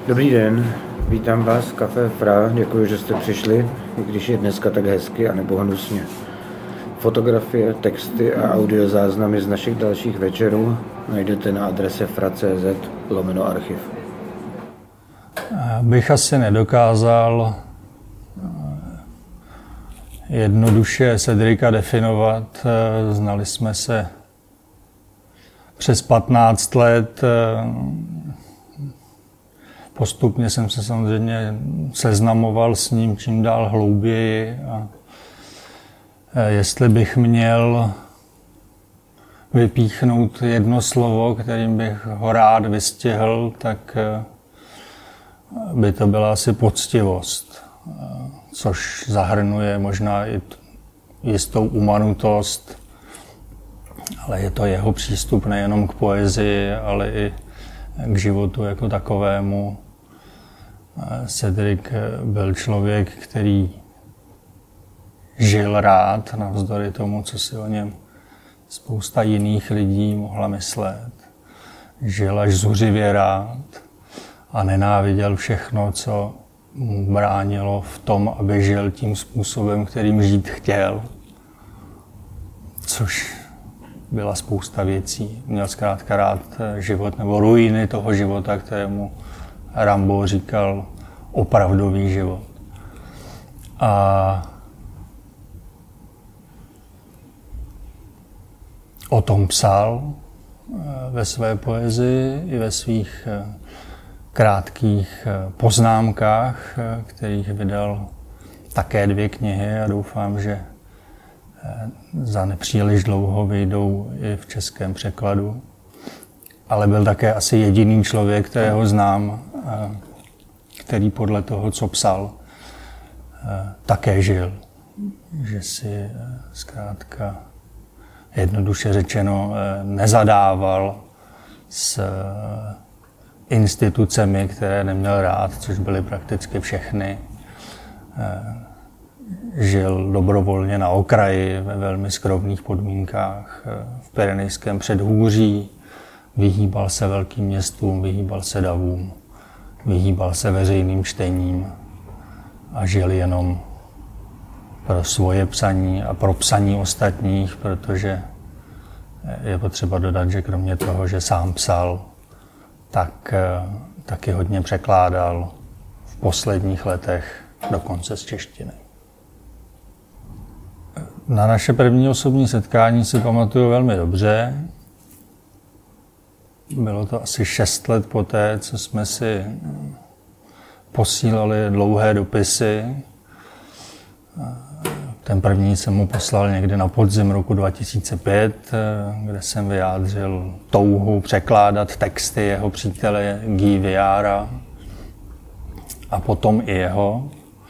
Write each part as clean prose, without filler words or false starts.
Dobrý den, vítám vás v Café Fra, děkuji, že jste přišli, i když je dneska tak hezky a nebo hnusně. Fotografie, texty a audiozáznamy z našich dalších večerů najdete na adrese fra.cz/archiv. Bych asi nedokázal jednoduše Cedrika definovat. Znali jsme se přes 15 let. Postupně jsem se samozřejmě seznamoval s ním čím dál hlouběji. A jestli bych měl vypíchnout jedno slovo, kterým bych ho rád vystihl, tak by to byla asi poctivost, což zahrnuje možná i jistou umanutost, ale je to jeho přístup nejenom k poezii, ale i k životu jako takovému. Cedric byl člověk, který žil rád, navzdory tomu, co si o něm spousta jiných lidí mohla myslet. Žil až zuřivě rád a nenáviděl všechno, co mu bránilo v tom, aby žil tím způsobem, kterým žít chtěl. Což byla spousta věcí. Měl zkrátka rád život nebo ruiny toho života, kterému Rambo říkal opravdový život. A o tom psal ve své poezii i ve svých krátkých poznámkách, kterých vydal také 2 knihy a doufám, že za nepříliš dlouho vyjdou i v českém překladu. Ale byl také asi jediný člověk, kterého znám, který podle toho, co psal, také žil. Že si zkrátka jednoduše řečeno nezadával s institucemi, které neměl rád, což byly prakticky všechny. Žil dobrovolně na okraji ve velmi skromných podmínkách v Pyrenejském předhůří, vyhýbal se velkým městům, vyhýbal se davům, vyhýbal se veřejným čtením a žil jenom pro svoje psaní a pro psaní ostatních, protože je potřeba dodat, že kromě toho, že sám psal, tak taky hodně překládal v posledních letech dokonce z češtiny. Na naše první osobní setkání si pamatuju velmi dobře. Bylo to asi 6 let poté, co jsme si posílali dlouhé dopisy. Ten první jsem mu poslal někdy na podzim roku 2005, kde jsem vyjádřil touhu překládat texty jeho přítele Guy Viara a potom i jeho.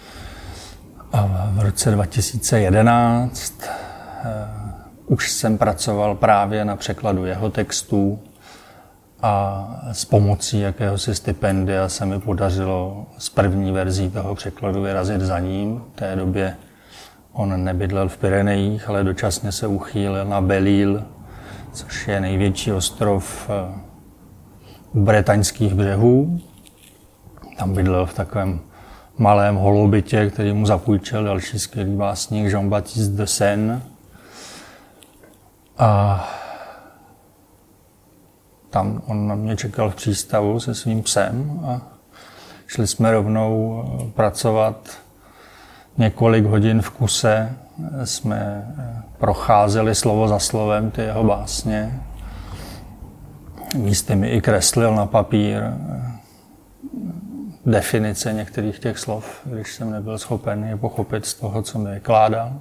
A v roce 2011 už jsem pracoval právě na překladu jeho textů a s pomocí jakéhosi stipendia se mi podařilo s první verzí toho překladu vyrazit za ním. V té době on nebydlel v Pyrenejích, ale dočasně se uchýlil na Belle-Île, což je největší ostrov u bretaňských břehů. Tam bydlel v takovém malém holobytě, který mu zapůjčil další skvělý básník Jean-Baptiste de Seine. A tam on na mě čekal v přístavu se svým psem a šli jsme rovnou pracovat. Několik hodin v kuse jsme procházeli slovo za slovem ty jeho básně. Místy mi i kreslil na papír definice některých těch slov, když jsem nebyl schopen je pochopit z toho, co mi vykládal.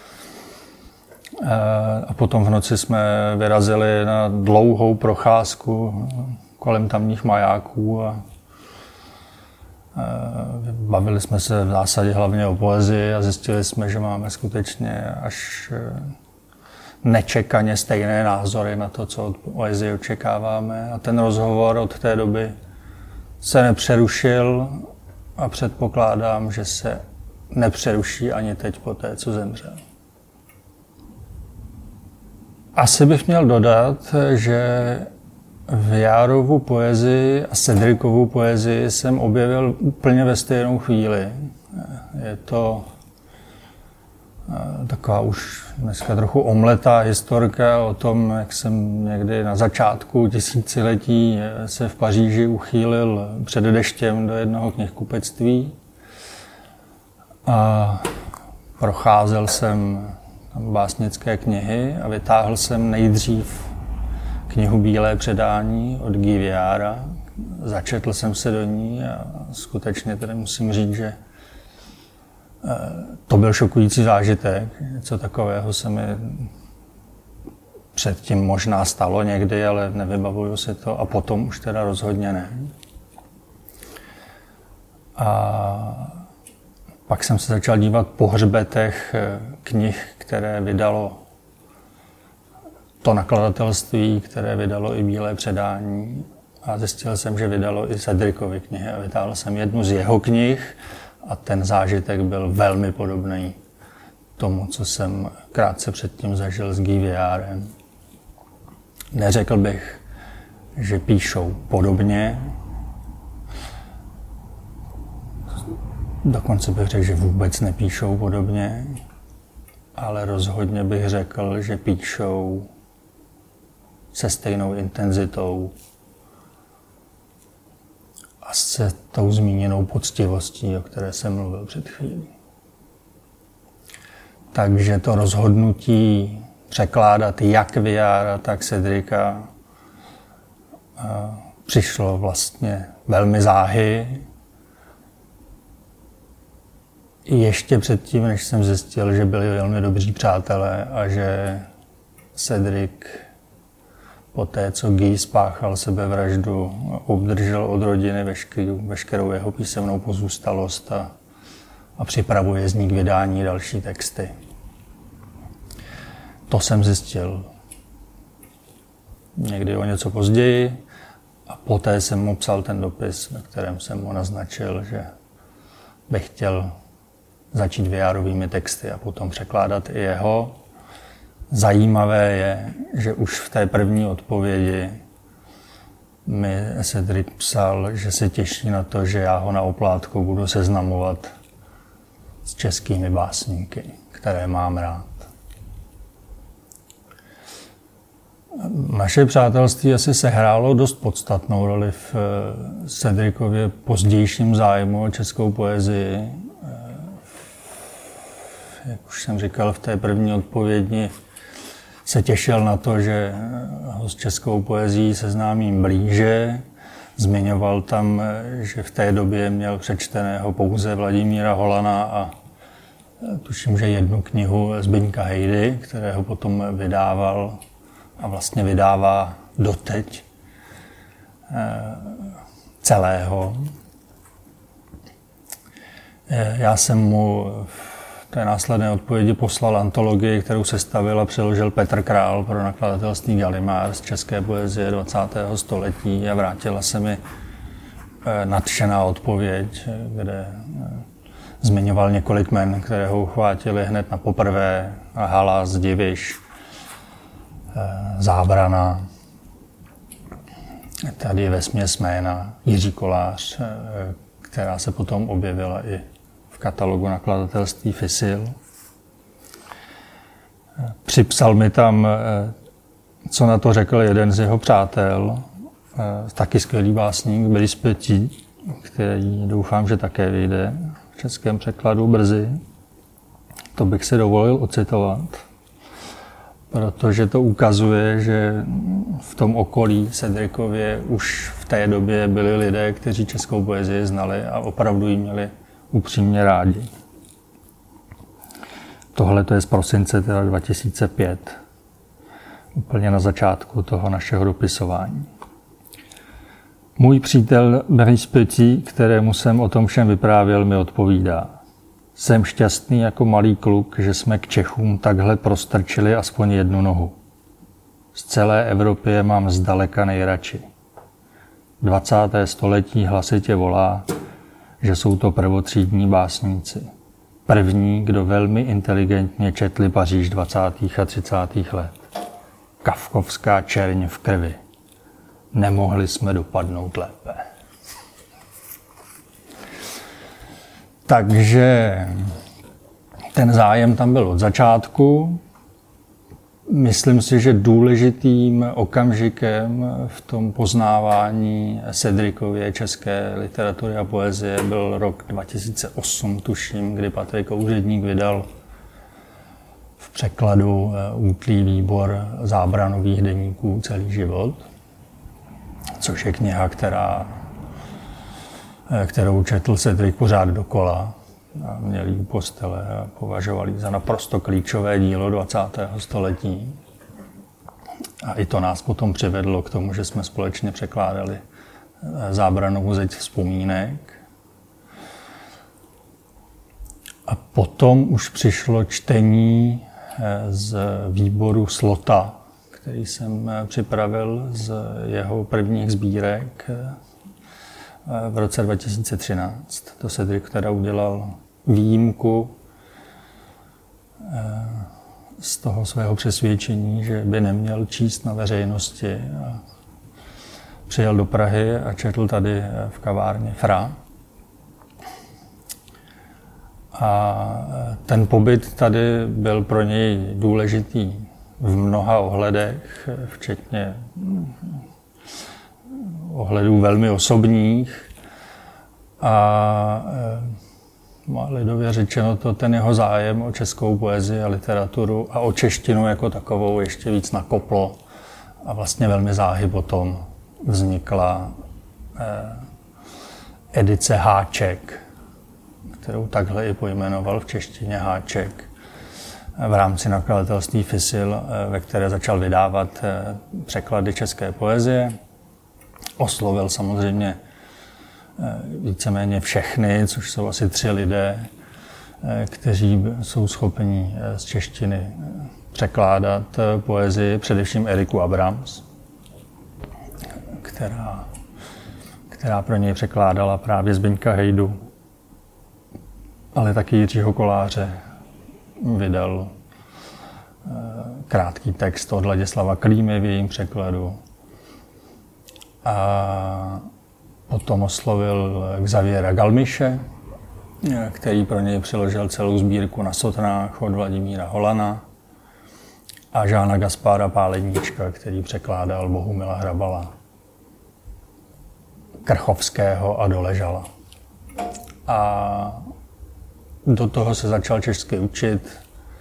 A potom v noci jsme vyrazili na dlouhou procházku kolem tamních majáků a bavili jsme se v zásadě hlavně o poezii a zjistili jsme, že máme skutečně až nečekaně stejné názory na to, co od poezie očekáváme. A ten rozhovor od té doby se nepřerušil a předpokládám, že se nepřeruší ani teď po té, co zemřel. Asi bych měl dodat, že Viárovu poezii a Cedrikovu poezii jsem objevil úplně ve stejnou chvíli. Je to taková už dneska trochu omletá historka o tom, jak jsem někdy na začátku tisíciletí se v Paříži uchýlil před deštěm do jednoho knihkupectví a procházel jsem tam básnické knihy a vytáhl jsem nejdřív knihu Bílé předání od Guy Viára. Začetl jsem se do ní a skutečně tedy musím říct, že to byl šokující zážitek. Něco takového se mi předtím možná stalo někdy, ale nevybavuju si to a potom už teda rozhodně ne. A pak jsem se začal dívat po hřbetech knih, které vydalo to nakladatelství, které vydalo i Bílé předání. A zjistil jsem, že vydalo i Cedrikovy knihy a vytáhl jsem jednu z jeho knih a ten zážitek byl velmi podobný tomu, co jsem krátce předtím zažil s Guy Viárem. Neřekl bych, že píšou podobně. Dokonce bych řekl, že vůbec nepíšou podobně, ale rozhodně bych řekl, že píšou se stejnou intenzitou a se tou zmíněnou poctivostí, o které jsem mluvil před chvílí. Takže to rozhodnutí překládat jak Viára, tak Cedrika přišlo vlastně velmi záhy. Ještě předtím, než jsem zjistil, že byli velmi dobří přátelé a že Cedric poté, co Guy spáchal sebevraždu, obdržel od rodiny veškerou jeho písemnou pozůstalost a připravuje z ní k vydání další texty. To jsem zjistil někdy o něco později a poté jsem mu psal ten dopis, ve kterém jsem mu naznačil, že bych chtěl začít Viárovými texty a potom překládat i jeho. Zajímavé je, že už v té první odpovědi mi Cedric psal, že se těší na to, že já ho na oplátku budu seznamovat s českými básníky, které mám rád. Naše přátelství asi sehrálo dost podstatnou roli v Cedricově pozdějším zájmu o českou poezii. Jak už jsem říkal, v té první odpovědi se těšil na to, že ho s českou poezií seznámím blíže. Zmiňoval tam, že v té době měl přečteného pouze Vladimíra Holana a tuším, že jednu knihu Zbyňka Hejdy, kterého potom vydával a vlastně vydává doteď celého. Já jsem mu v té následné odpovědi poslal antologii, kterou sestavil a přeložil Petr Král pro nakladatelství Gallimard z české poezie 20. století a vrátila se mi nadšená odpověď, kde zmiňoval několik jmen, které ho uchvátili hned na poprvé. Halas, Diviš, Zábrana. Tady je vesměs jména Jiří Kolář, která se potom objevila i v katalogu nakladatelství Fisil. Připsal mi tam, co na to řekl jeden z jeho přátel, taky skvělý básník, Brice Petit, který doufám, že také vyjde v českém překladu brzy. To bych si dovolil ocitovat, protože to ukazuje, že v tom okolí Cedrikově už v té době byli lidé, kteří českou poezii znali a opravdu ji měli upřímně rádi. Tohle to je z prosince 2005, úplně na začátku toho našeho dopisování. Můj přítel Brice Petit, kterému jsem o tom všem vyprávěl, mi odpovídá: jsem šťastný jako malý kluk, že jsme k Čechům takhle prostrčili aspoň jednu nohu. Z celé Evropy je mám zdaleka nejradši. 20. století hlasitě volá, že jsou to prvotřídní básníci. První, kdo velmi inteligentně četli Paříž 20. a 30. let. Kafkovská čerň v krvi. nemohli jsme dopadnout lépe. Takže ten zájem tam byl od začátku. Myslím si, že důležitým okamžikem v tom poznávání Cedricově české literatury a poezie byl rok 2008, tuším, kdy Patrik Úředník vydal v překladu Útlý výbor zábranových deníků Celý život, což je kniha, kterou četl Cedric pořád dokola. A měl ji u postele a považovali ji za naprosto klíčové dílo 20. století. A i to nás potom přivedlo k tomu, že jsme společně překládali Zábranou zeď vzpomínek. A potom už přišlo čtení z výboru Slota, který jsem připravil z jeho prvních sbírek v roce 2013. To Cedric teda udělal výjimku z toho svého přesvědčení, že by neměl číst na veřejnosti. A přijel do Prahy a četl tady v kavárně Fra. A ten pobyt tady byl pro něj důležitý v mnoha ohledech, včetně ohledů velmi osobních. A lidově řečeno to ten jeho zájem o českou poezii a literaturu a o češtinu jako takovou ještě víc nakoplo. A vlastně velmi záhy potom vznikla edice Háček, kterou takhle i pojmenoval v češtině Háček, v rámci nakladatelství Fisil, ve které začal vydávat překlady české poezie. Oslovil samozřejmě víceméně všechny, což jsou asi 3 lidé, kteří jsou schopni z češtiny překládat poezii, především Eriku Abrams, která pro něj překládala právě Zbyňka Hejdu, ale taky Jiřího Koláře. Vydal krátký text od Ladislava Klímy v jejím překladu. A potom oslovil Xaviera Galmiše, který pro něj přiložil celou sbírku Na sotnách od Vladimíra Holana, a Žána Gaspára Páleníčka, který překládal Bohumila Hrabala, Krchovského a Doležala. A do toho se začal česky učit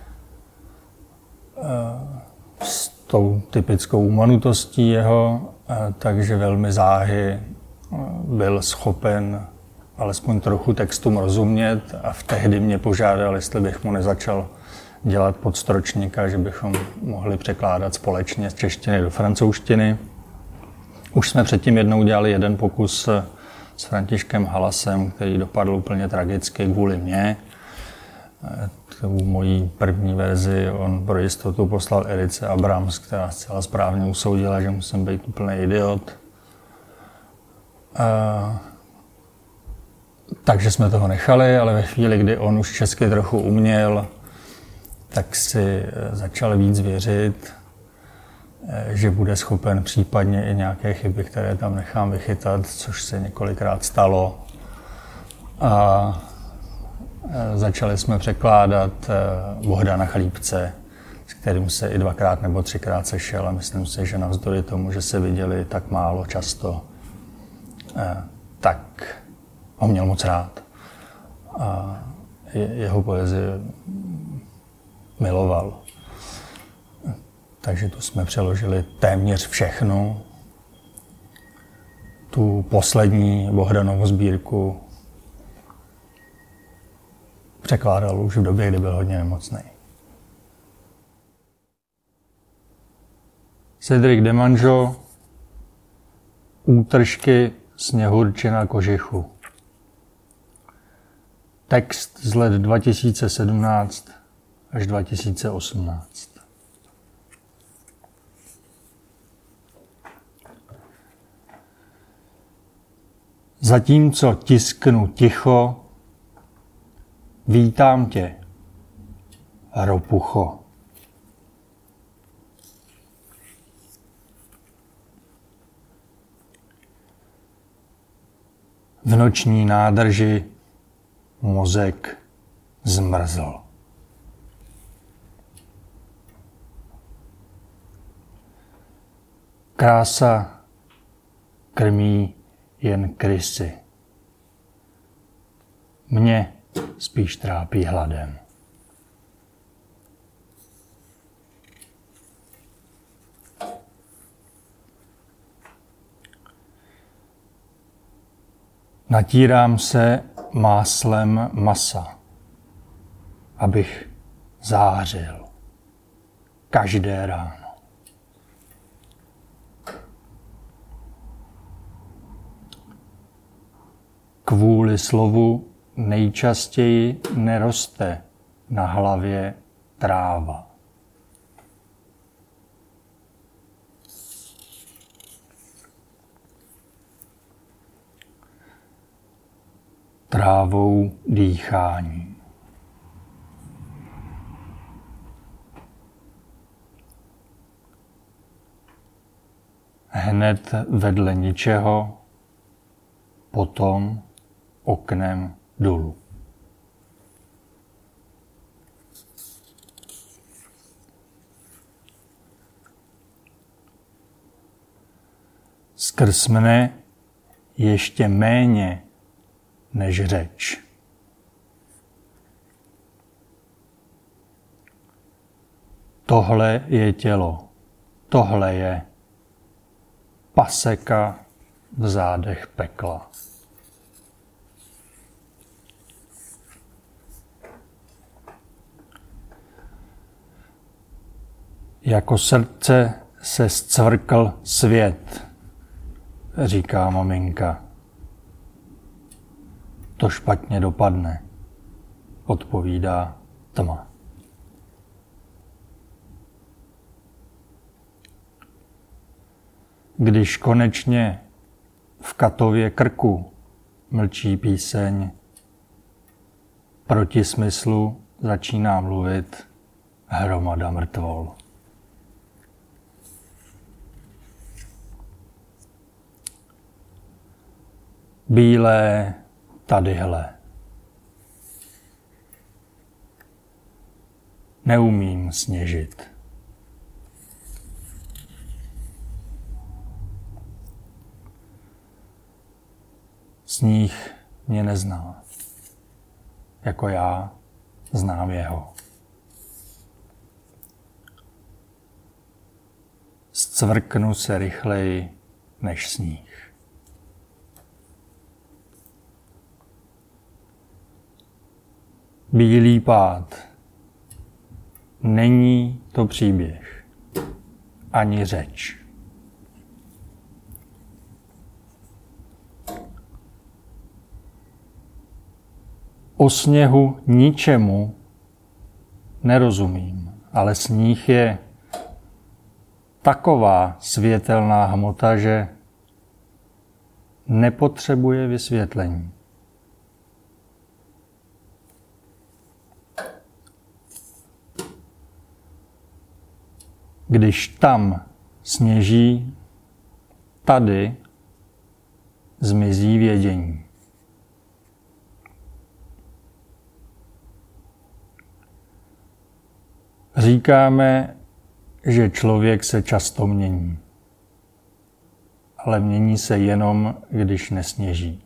s tou typickou umanutostí jeho, takže velmi záhy byl schopen alespoň trochu textům rozumět a tehdy mě požádal, jestli bych mu nezačal dělat podstročníka, že bychom mohli překládat společně z češtiny do francouzštiny. Už jsme předtím jednou dělali jeden pokus s Františkem Halasem, který dopadl úplně tragicky kvůli mně. Tu mojí první verzi on pro jistotu poslal Erice Abrams, která zcela správně usoudila, že musím být úplný idiot. Takže jsme toho nechali, ale ve chvíli, kdy on už česky trochu uměl, tak si začal víc věřit, že bude schopen případně i nějaké chyby, které tam nechám vychytat, což se několikrát stalo. A začali jsme překládat Bohdana Chlípce, s kterým se i 2krát nebo 3krát sešel, a myslím si, že navzdory tomu, že se viděli tak málo často, tak ho měl moc rád. A jeho poezii miloval. Takže tu jsme přeložili téměř všechnu. Tu poslední Bohdanovu sbírku překládal už v době, kdy byl hodně nemocný. Cédric Demangeot, Útržky Sněhurčina kožichu. Text z let 2017 až 2018. Zatímco tisknu ticho, vítám tě, ropucho. V noční nádrži mozek zmrzl. Krása krmí jen krysy. Mě spíš trápí hladem. Natírám se máslem masa, abych zářil každé ráno. Kvůli slovu nejčastěji neroste na hlavě tráva. Trávou dýchání. Hned vedle ničeho, potom oknem dolů. Skrz mne ještě méně než řeč. Tohle je tělo, tohle je paseka v zádech pekla. Jako srdce se zcvrkl svět, říká maminka. To špatně dopadne, odpovídá tma. Když konečně v katově krku mlčí píseň, proti smyslu začíná mluvit hromada mrtvol. Bílé tadyhle. Neumím sněžit. Sníh mě nezná, jako já znám jeho. Zcvrknu se rychleji než sníh. Bílý pád. Není to příběh, ani řeč. O sněhu ničemu nerozumím, ale sníh je taková světelná hmota, že nepotřebuje vysvětlení. Když tam sněží, tady zmizí vědění. Říkáme, že člověk se často mění, ale mění se jenom, když nesněží.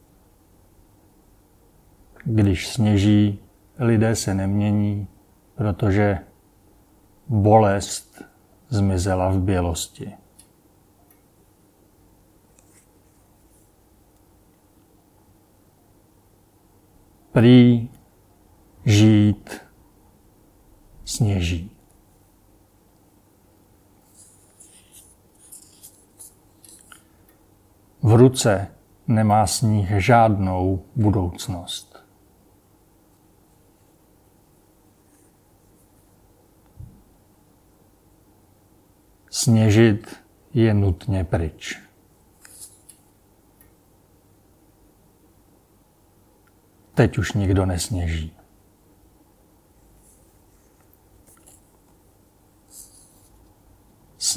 Když sněží, lidé se nemění, protože bolest zmizela v bělosti. Prý žít sněží. V ruce nemá sníh žádnou budoucnost. Sněžit je nutně pryč. Teď už nikdo nesněží.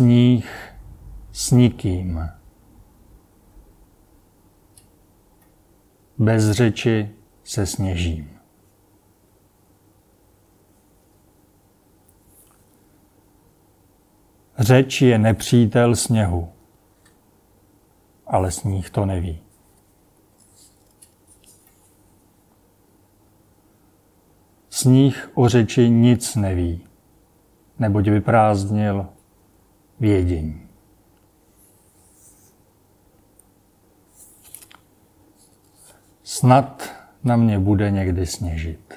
Sníh s nikým. bez řeči se sněžím. Řeč je nepřítel sněhu, ale sníh to neví. Sníh o řeči nic neví, neboť vyprázdnil vědění. Snad na mě bude někdy sněžit.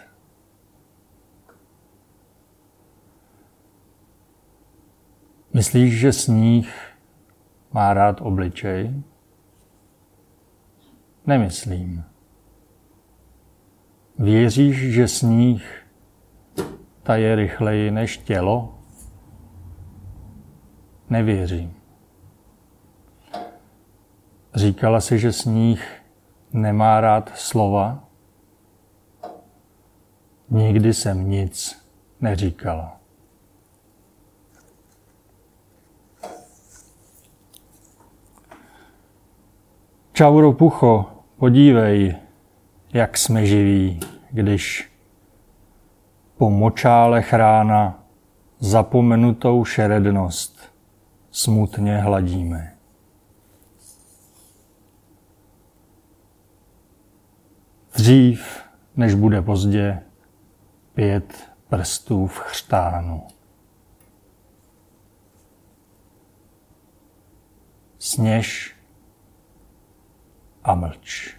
Myslíš, že sníh má rád obličej? Nemyslím. Věříš, že sníh taje rychleji než tělo? Nevěřím. Říkala si, že sníh nemá rád slova? Nikdy jsem nic neříkala. Čau, ropucho, podívej, jak jsme živí, když po močálech rána zapomenutou šerednost smutně hladíme. Dřív, než bude pozdě, 5 prstů v chřtánu. Sněž a mlč.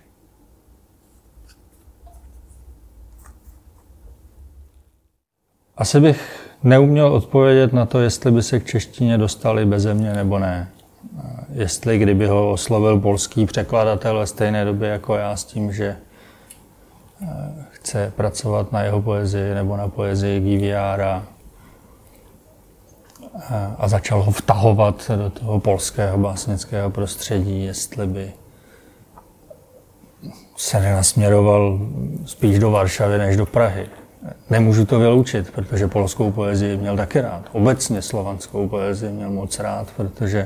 Asi bych neuměl odpovědět na to, jestli by se k češtině dostali beze mě nebo ne. Jestli kdyby ho oslovil polský překladatel ve stejné době jako já s tím, že chce pracovat na jeho poezii nebo na poezii Guy Viára a začal ho vtahovat do toho polského básnického prostředí, jestli by se nenasměroval spíš do Varšavy než do Prahy. Nemůžu to vyloučit, protože polskou poezii měl taky rád. Obecně slovanskou poezii měl moc rád, protože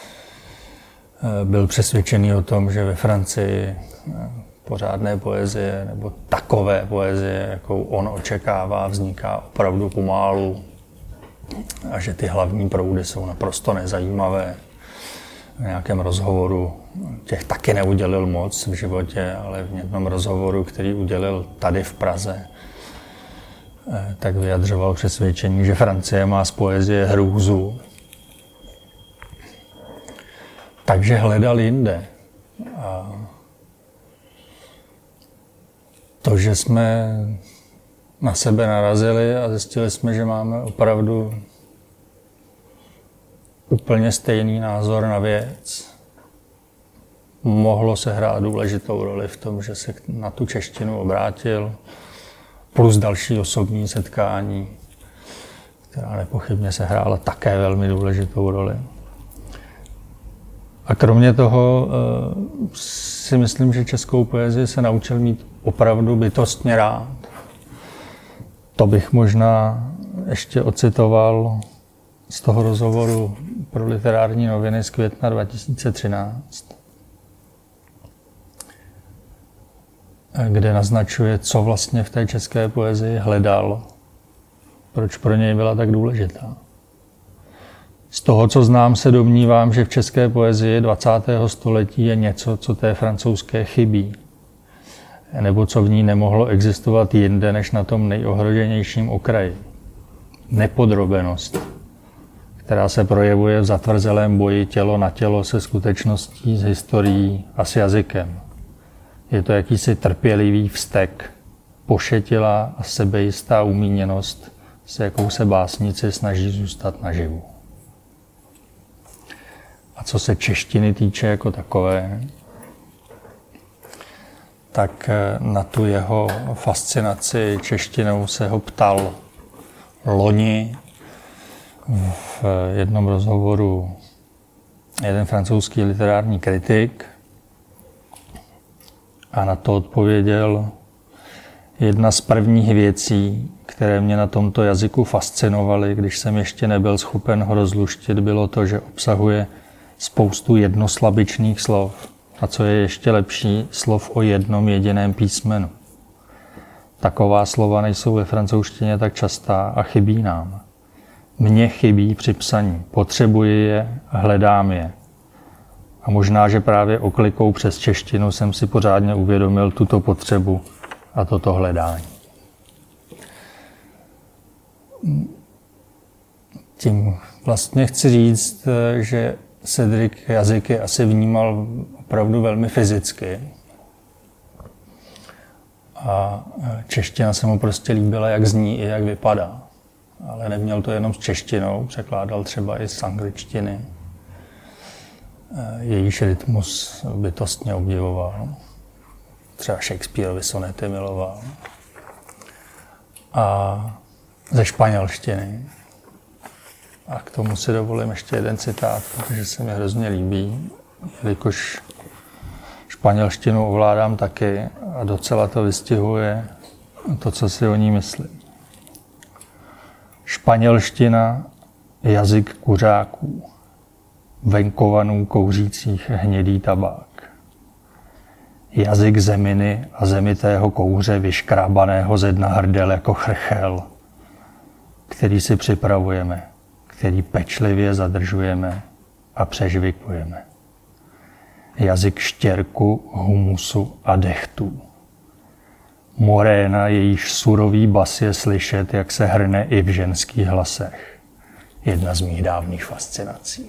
byl přesvědčený o tom, že ve Francii pořádné poezie nebo takové poezie, jakou on očekává, vzniká opravdu pomalu a že ty hlavní proudy jsou naprosto nezajímavé. V nějakém rozhovoru, těch taky neudělil moc v životě, ale v jednom rozhovoru, který udělil tady v Praze, tak vyjadřoval přesvědčení, že Francie má z poezie hrůzu. Takže hledal jinde. A to, že jsme na sebe narazili a zjistili jsme, že máme opravdu úplně stejný názor na věc, mohlo sehrát důležitou roli v tom, že se na tu češtinu obrátil, plus další osobní setkání, která nepochybně sehrála také velmi důležitou roli. A kromě toho si myslím, že českou poezii se naučil mít opravdu bytostně rád. To bych možná ještě ocitoval z toho rozhovoru pro Literární noviny z května 2013, kde naznačuje, co vlastně v té české poezii hledal, proč pro něj byla tak důležitá. Z toho, co znám, se domnívám, že v české poezii 20. století je něco, co té francouzské chybí, nebo co v ní nemohlo existovat jinde, než na tom nejohroženějším okraji. Nepodrobenost, která se projevuje v zatvrzelém boji tělo na tělo se skutečností, s historií a s jazykem. Je to jakýsi trpělivý vztek, pošetilá a sebejistá umíněnost, s jakou se básnici snaží zůstat naživu. A co se češtiny týče jako takové, tak na tu jeho fascinaci češtinou se ho ptal loni v jednom rozhovoru jeden francouzský literární kritik a na to odpověděl: jedna z prvních věcí, které mě na tomto jazyku fascinovaly, když jsem ještě nebyl schopen ho rozluštit, bylo to, že obsahuje spoustu jednoslabičných slov. A co je ještě lepší, slov o jednom jediném písmenu. Taková slova nejsou ve francouzštině tak častá a chybí nám. Mně chybí při psaní. Potřebuji je, hledám je. A možná, že právě oklikou přes češtinu jsem si pořádně uvědomil tuto potřebu a toto hledání. Tím vlastně chci říct, že Cedric jazyky asi vnímal opravdu velmi fyzicky. A čeština se mu prostě líbila, jak zní i jak vypadá. Ale neměl to jenom s češtinou, překládal třeba i z angličtiny. Jejíž rytmus bytostně obdivoval. Třeba Shakespeareovi sonety miloval. A ze španělštiny. A k tomu si dovolím ještě jeden citát, protože se mi hrozně líbí, jelikož španělštinu ovládám taky a docela to vystihuje to, co si o ní myslím. Španělština je jazyk kuřáků, venkovanů kouřících hnědý tabák. Jazyk zeminy a zemitého kouře vyškrábaného ze dna hrdel jako chrchel, který si připravujeme, který pečlivě zadržujeme a přežvikujeme. Jazyk štěrku, humusu a dechtů. Moréna, jejíž surový bas je slyšet, jak se hrne i v ženských hlasech. Jedna z mých dávných fascinací.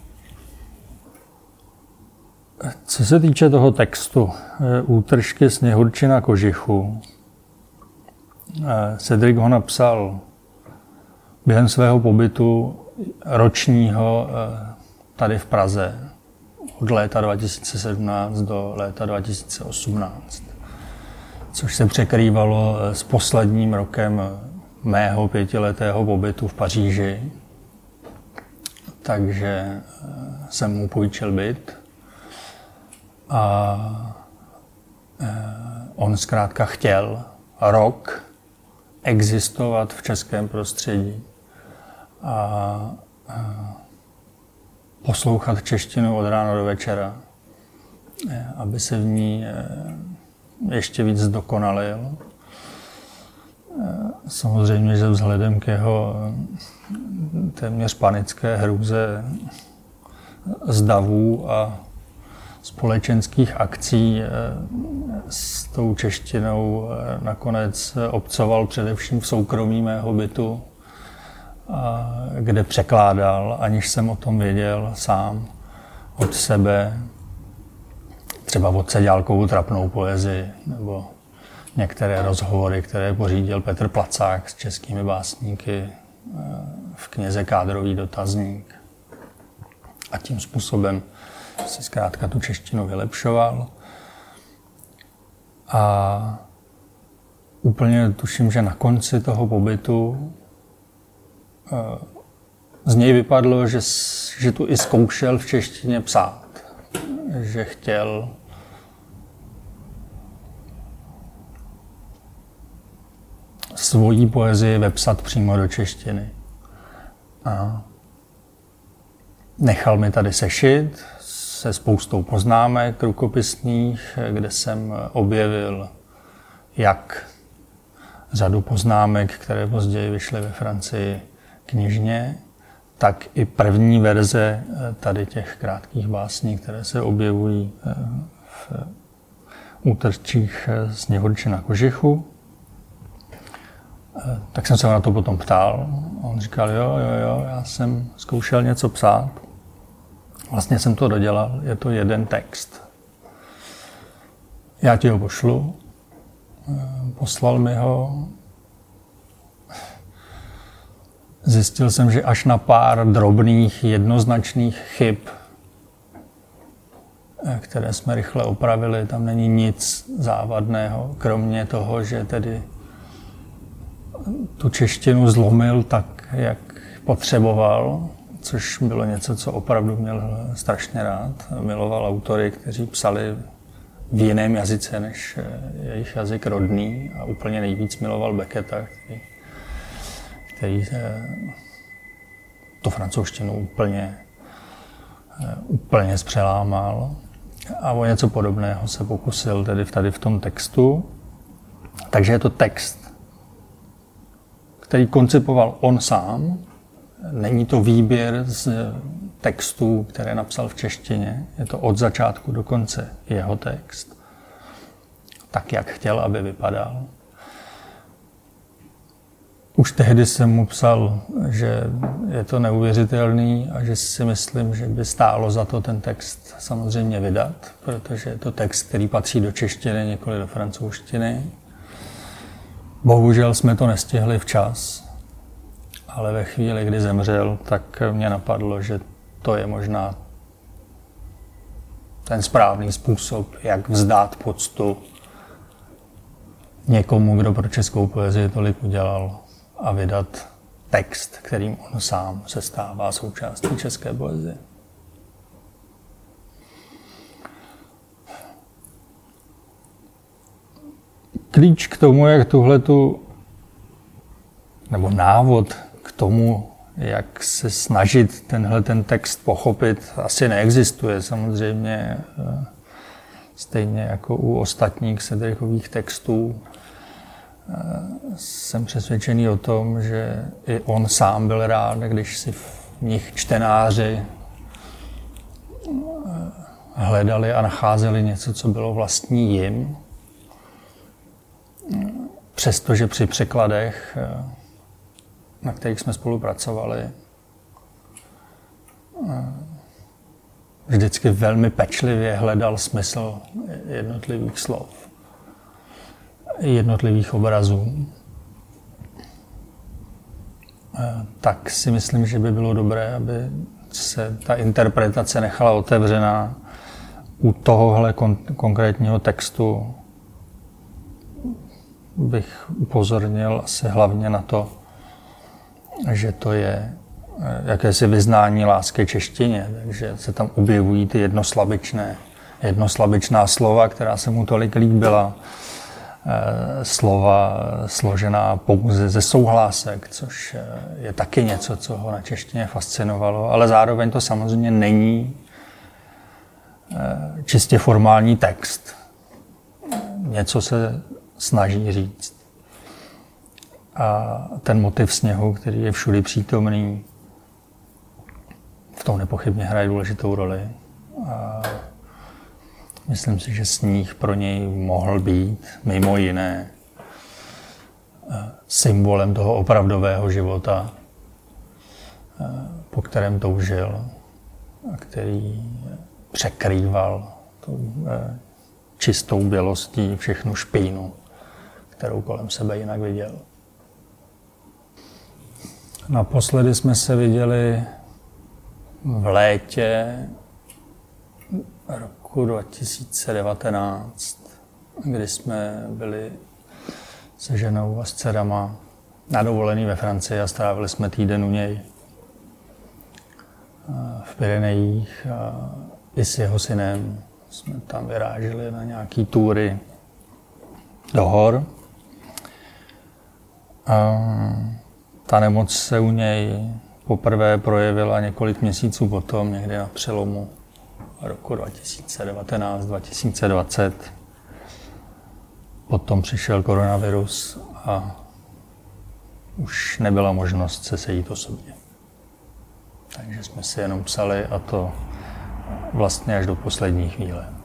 Co se týče toho textu, Útržky Sněhurčina kožichu, Cedric ho napsal během svého pobytu ročního tady v Praze od léta 2017 do léta 2018, což se překrývalo s posledním rokem mého 5letého pobytu v Paříži. Takže jsem mu půjčil byt a on zkrátka chtěl rok existovat v českém prostředí a poslouchat češtinu od rána do večera, aby se v ní ještě víc zdokonalil. Samozřejmě, že vzhledem k jeho téměř panické hrůze z davů a společenských akcí s tou češtinou nakonec obcoval především v soukromí mého bytu, kde překládal, aniž jsem o tom věděl, sám od sebe. Třeba odsedělkovou trapnou poezii nebo některé rozhovory, které pořídil Petr Placák s českými básníky v knize Kádrový dotazník. A tím způsobem si zkrátka tu češtinu vylepšoval. A úplně tuším, že na konci toho pobytu z něj vypadlo, že tu i zkoušel v češtině psát. Že chtěl svoji poezii vepsat přímo do češtiny. A nechal mi tady sešit se spoustou poznámek rukopisných, kde jsem objevil jak řadu poznámek, které později vyšly ve Francii knižně, tak i první verze tady těch krátkých básní, které se objevují v Útržcích Sněhurčina kožichu. Tak jsem se ho na to potom ptal. On říkal, jo, já jsem zkoušel něco psát. Vlastně jsem to dodělal, je to jeden text. Já ti ho pošlu. Poslal mi ho. Zjistil jsem, že až na pár drobných, jednoznačných chyb, které jsme rychle opravili, tam není nic závadného, kromě toho, že tedy tu češtinu zlomil tak, jak potřeboval, což bylo něco, co opravdu měl strašně rád. Miloval autory, kteří psali v jiném jazyce než jejich jazyk rodný a úplně nejvíc miloval Becketa, který tu francouzštinu úplně zpřelámal. A o něco podobného se pokusil tedy tady v tom textu. Takže je to text, který koncipoval on sám. Není to výběr z textů, které napsal v češtině. Je to od začátku do konce jeho text. Tak, jak chtěl, aby vypadal. Už tehdy jsem mu psal, že je to neuvěřitelný a že si myslím, že by stálo za to ten text samozřejmě vydat, protože je to text, který patří do češtiny, nikoli do francouzštiny. Bohužel jsme to nestihli včas, ale ve chvíli, kdy zemřel, tak mě napadlo, že to je možná ten správný způsob, jak vzdát poctu někomu, kdo pro českou poezii tolik udělal, a vydat text, kterým on sám se stává součástí české poezie. Klíč k tomu, jak nebo návod k tomu, jak se snažit ten text pochopit, asi neexistuje. Samozřejmě stejně jako u ostatních Sedrichových textů jsem přesvědčený o tom, že i on sám byl rád, když si v nich čtenáři hledali a nacházeli něco, co bylo vlastní jim. Přestože při překladech, na kterých jsme spolupracovali, vždycky velmi pečlivě hledal smysl jednotlivých slov, jednotlivých obrazů. Tak si myslím, že by bylo dobré, aby se ta interpretace nechala otevřená. U tohohle konkrétního textu bych upozornil asi hlavně na to, že to je jakési vyznání lásky češtině, takže se tam objevují ty jednoslabičná slova, která se mu tolik líbila. Slova složená pouze ze souhlásek, což je taky něco, co ho na češtině fascinovalo, ale zároveň to samozřejmě není čistě formální text. Něco se snaží říct. A ten motiv sněhu, který je všudy přítomný, v tom nepochybně hraje důležitou roli. A myslím si, že sníh pro něj mohl být mimo jiné symbolem toho opravdového života, po kterém toužil a který překrýval tou čistou bělostí všechnu špínu, kterou kolem sebe jinak viděl. Naposledy jsme se viděli v létě roku 2019, kdy jsme byli se ženou a s dcerama na dovolený ve Francii a strávili jsme týden u něj v Pyrenejích a i s jeho synem jsme tam vyráželi na nějaký túry do hor. A ta nemoc se u něj poprvé projevila několik měsíců potom, někdy na přelomu roku 2019-2020. Potom přišel koronavirus a už nebyla možnost se sejít osobně. Takže jsme si jenom psali, a to vlastně až do poslední chvíle.